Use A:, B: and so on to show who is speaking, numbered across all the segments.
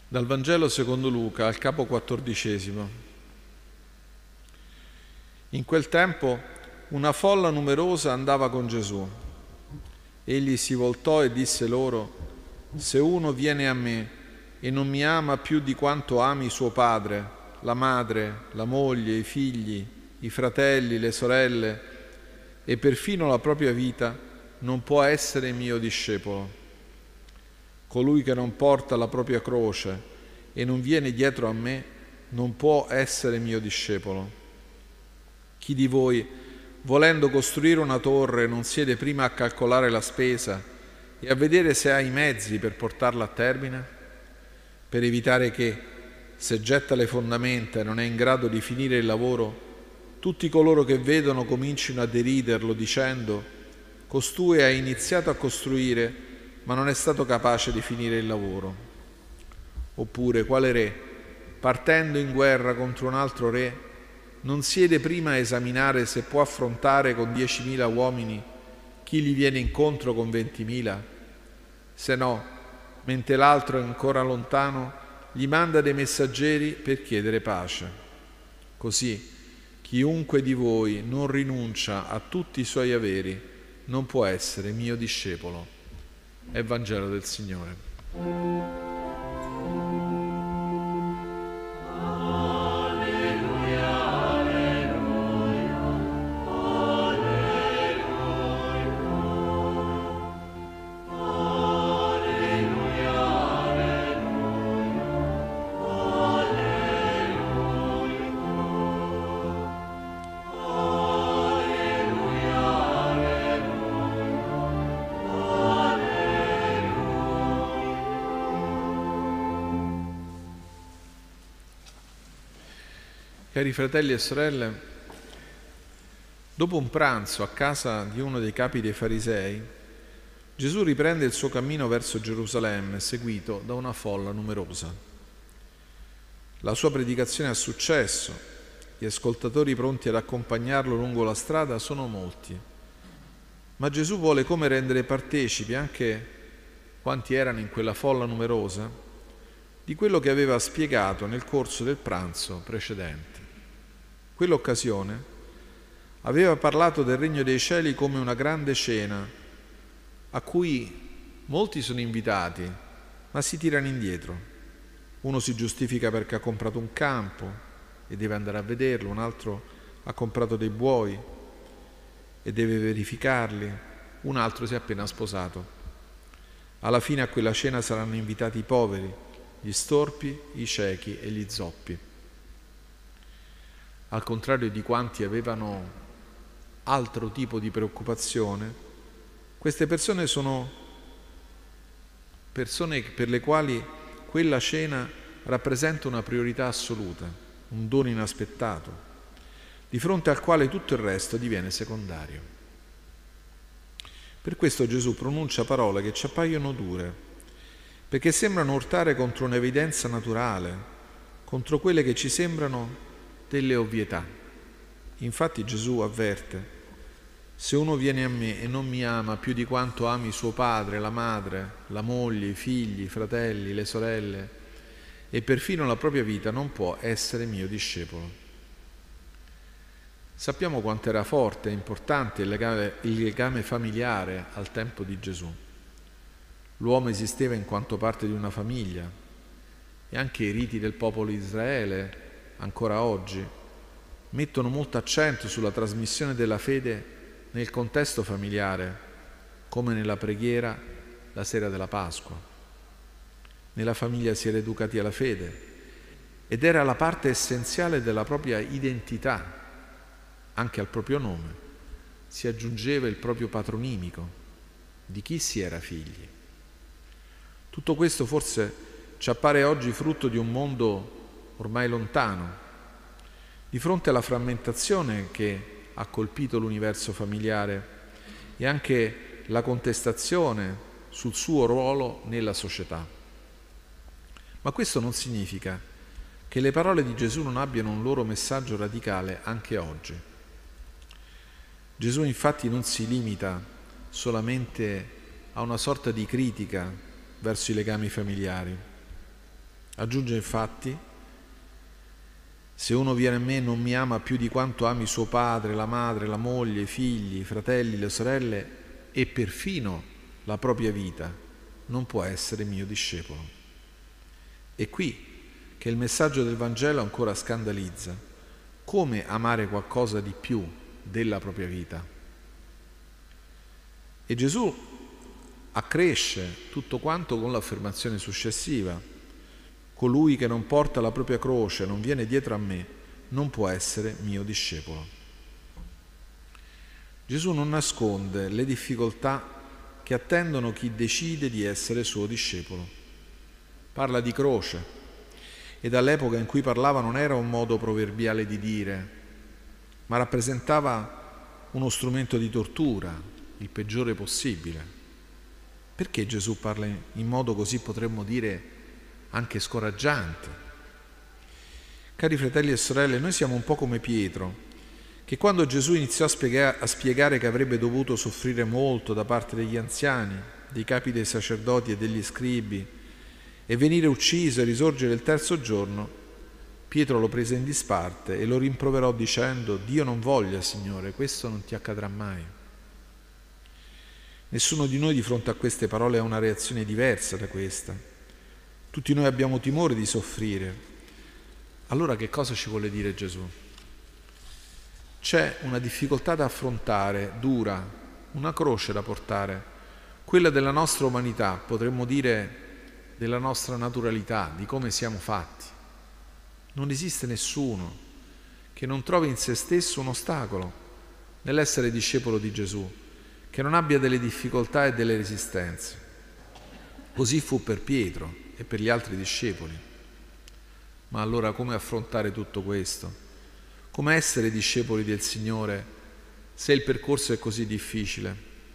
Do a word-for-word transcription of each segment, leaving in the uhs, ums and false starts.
A: Dal Vangelo secondo Luca, al capo quattordicesimo. In quel tempo una folla numerosa andava con Gesù. Egli si voltò e disse loro: «Se uno viene a me e non mi ama più di quanto ami suo padre, la madre, la moglie, i figli, i fratelli, le sorelle e perfino la propria vita, non può essere mio discepolo. Colui che non porta la propria croce e non viene dietro a me non può essere mio discepolo. Chi di voi, volendo costruire una torre, non siede prima a calcolare la spesa e a vedere se ha i mezzi per portarla a termine? Per evitare che, se getta le fondamenta e non è in grado di finire il lavoro, tutti coloro che vedono comincino a deriderlo dicendo: costui ha iniziato a costruire ma non è stato capace di finire il lavoro. Oppure quale re, partendo in guerra contro un altro re, non siede prima a esaminare se può affrontare con diecimila uomini chi gli viene incontro con ventimila? Se no, mentre l'altro è ancora lontano, gli manda dei messaggeri per chiedere pace. Così, chiunque di voi non rinuncia a tutti i suoi averi non può essere mio discepolo». È Vangelo del Signore. Cari fratelli e sorelle, dopo un pranzo a casa di uno dei capi dei farisei, Gesù riprende il suo cammino verso Gerusalemme, seguito da una folla numerosa. La sua predicazione ha successo, gli ascoltatori pronti ad accompagnarlo lungo la strada sono molti, ma Gesù vuole come rendere partecipi anche quanti erano in quella folla numerosa di quello che aveva spiegato nel corso del pranzo precedente. Quell'occasione aveva parlato del regno dei cieli come una grande cena a cui molti sono invitati, ma si tirano indietro. Uno si giustifica perché ha comprato un campo e deve andare a vederlo, un altro ha comprato dei buoi e deve verificarli, un altro si è appena sposato. Alla fine a quella cena saranno invitati i poveri, gli storpi, i ciechi e gli zoppi. Al contrario di quanti avevano altro tipo di preoccupazione, queste persone sono persone per le quali quella cena rappresenta una priorità assoluta, un dono inaspettato, di fronte al quale tutto il resto diviene secondario. Per questo Gesù pronuncia parole che ci appaiono dure, perché sembrano urtare contro un'evidenza naturale, contro quelle che ci sembrano delle ovvietà. Infatti Gesù avverte: se uno viene a me e non mi ama più di quanto ami suo padre, la madre, la moglie, i figli, i fratelli, le sorelle e perfino la propria vita, non può essere mio discepolo. Sappiamo quanto era forte e importante il legame, il legame familiare al tempo di Gesù. L'uomo esisteva in quanto parte di una famiglia e anche i riti del popolo di Israele ancora oggi mettono molto accento sulla trasmissione della fede nel contesto familiare, come nella preghiera la sera della Pasqua. Nella famiglia si era educati alla fede ed era la parte essenziale della propria identità. Anche al proprio nome si aggiungeva il proprio patronimico di chi si era figli. Tutto questo forse ci appare oggi frutto di un mondo ormai lontano, di fronte alla frammentazione che ha colpito l'universo familiare e anche la contestazione sul suo ruolo nella società. Ma questo non significa che le parole di Gesù non abbiano un loro messaggio radicale anche oggi. Gesù infatti non si limita solamente a una sorta di critica verso i legami familiari, Aggiunge infatti: se uno viene a me e non mi ama più di quanto ami suo padre, la madre, la moglie, i figli, i fratelli, le sorelle e perfino la propria vita, non può essere mio discepolo. È qui che il messaggio del Vangelo ancora scandalizza. Come amare qualcosa di più della propria vita? E Gesù accresce tutto quanto con l'affermazione successiva: colui che non porta la propria croce, non viene dietro a me, non può essere mio discepolo. Gesù non nasconde le difficoltà che attendono chi decide di essere suo discepolo. Parla di croce, e dall'epoca in cui parlava non era un modo proverbiale di dire, ma rappresentava uno strumento di tortura, il peggiore possibile. Perché Gesù parla in modo così, potremmo dire, anche scoraggiante? Cari fratelli e sorelle, noi siamo un po' come Pietro, che quando Gesù iniziò a spiegare, a spiegare che avrebbe dovuto soffrire molto da parte degli anziani, dei capi dei sacerdoti e degli scribi, e venire ucciso e risorgere il terzo giorno, Pietro lo prese in disparte e lo rimproverò dicendo: Dio non voglia, Signore, questo non ti accadrà mai. Nessuno di noi di fronte a queste parole ha una reazione diversa da questa. Tutti noi abbiamo timore di soffrire. Allora che cosa ci vuole dire Gesù? C'è una difficoltà da affrontare, dura, una croce da portare, quella della nostra umanità, potremmo dire della nostra naturalità, di come siamo fatti. Non esiste nessuno che non trovi in se stesso un ostacolo nell'essere discepolo di Gesù, che non abbia delle difficoltà e delle resistenze. Così fu per Pietro e per gli altri discepoli. Ma allora come affrontare tutto questo? Come essere discepoli del Signore se il percorso è così difficile?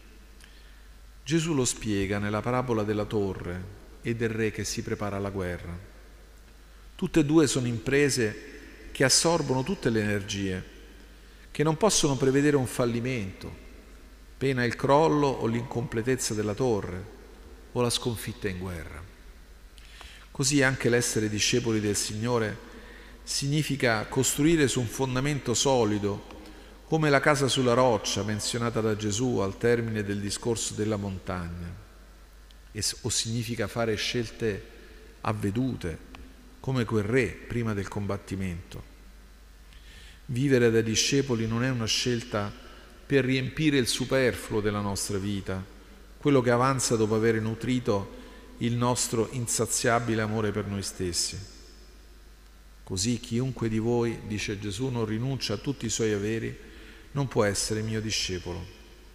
A: Gesù lo spiega nella parabola della torre e del re che si prepara alla guerra. Tutte e due sono imprese che assorbono tutte le energie, che non possono prevedere un fallimento, pena il crollo o l'incompletezza della torre o la sconfitta in guerra. Così anche l'essere discepoli del Signore significa costruire su un fondamento solido, come la casa sulla roccia menzionata da Gesù al termine del discorso della montagna. O significa fare scelte avvedute, come quel re prima del combattimento. Vivere da discepoli non è una scelta per riempire il superfluo della nostra vita, quello che avanza dopo aver nutrito il nostro insaziabile amore per noi stessi. Così chiunque di voi, dice Gesù, non rinuncia a tutti i suoi averi, non può essere mio discepolo.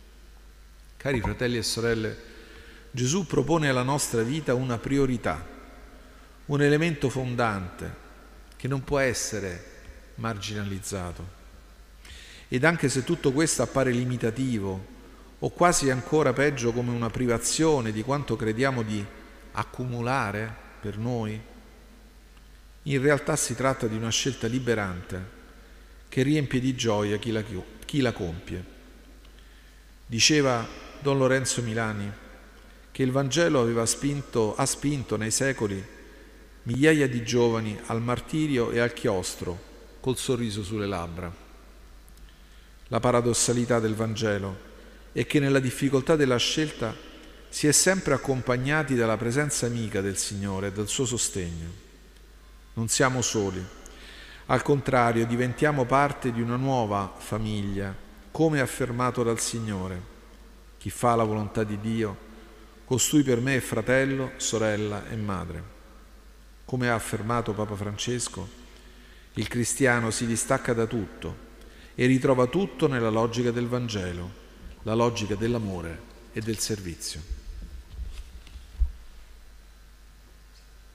A: Cari fratelli e sorelle, Gesù propone alla nostra vita una priorità, un elemento fondante che non può essere marginalizzato. Ed anche se tutto questo appare limitativo o quasi ancora peggio come una privazione di quanto crediamo di accumulare per noi, in realtà si tratta di una scelta liberante che riempie di gioia chi la, chi la compie. Diceva Don Lorenzo Milani che il Vangelo aveva spinto, ha spinto nei secoli migliaia di giovani al martirio e al chiostro col sorriso sulle labbra. La paradossalità del Vangelo è che nella difficoltà della scelta si è sempre accompagnati dalla presenza amica del Signore e dal suo sostegno. Non siamo soli, al contrario diventiamo parte di una nuova famiglia, come affermato dal Signore. Chi fa la volontà di Dio, costui per me è fratello, sorella e madre. Come ha affermato Papa Francesco, il cristiano si distacca da tutto e ritrova tutto nella logica del Vangelo, la logica dell'amore e del servizio.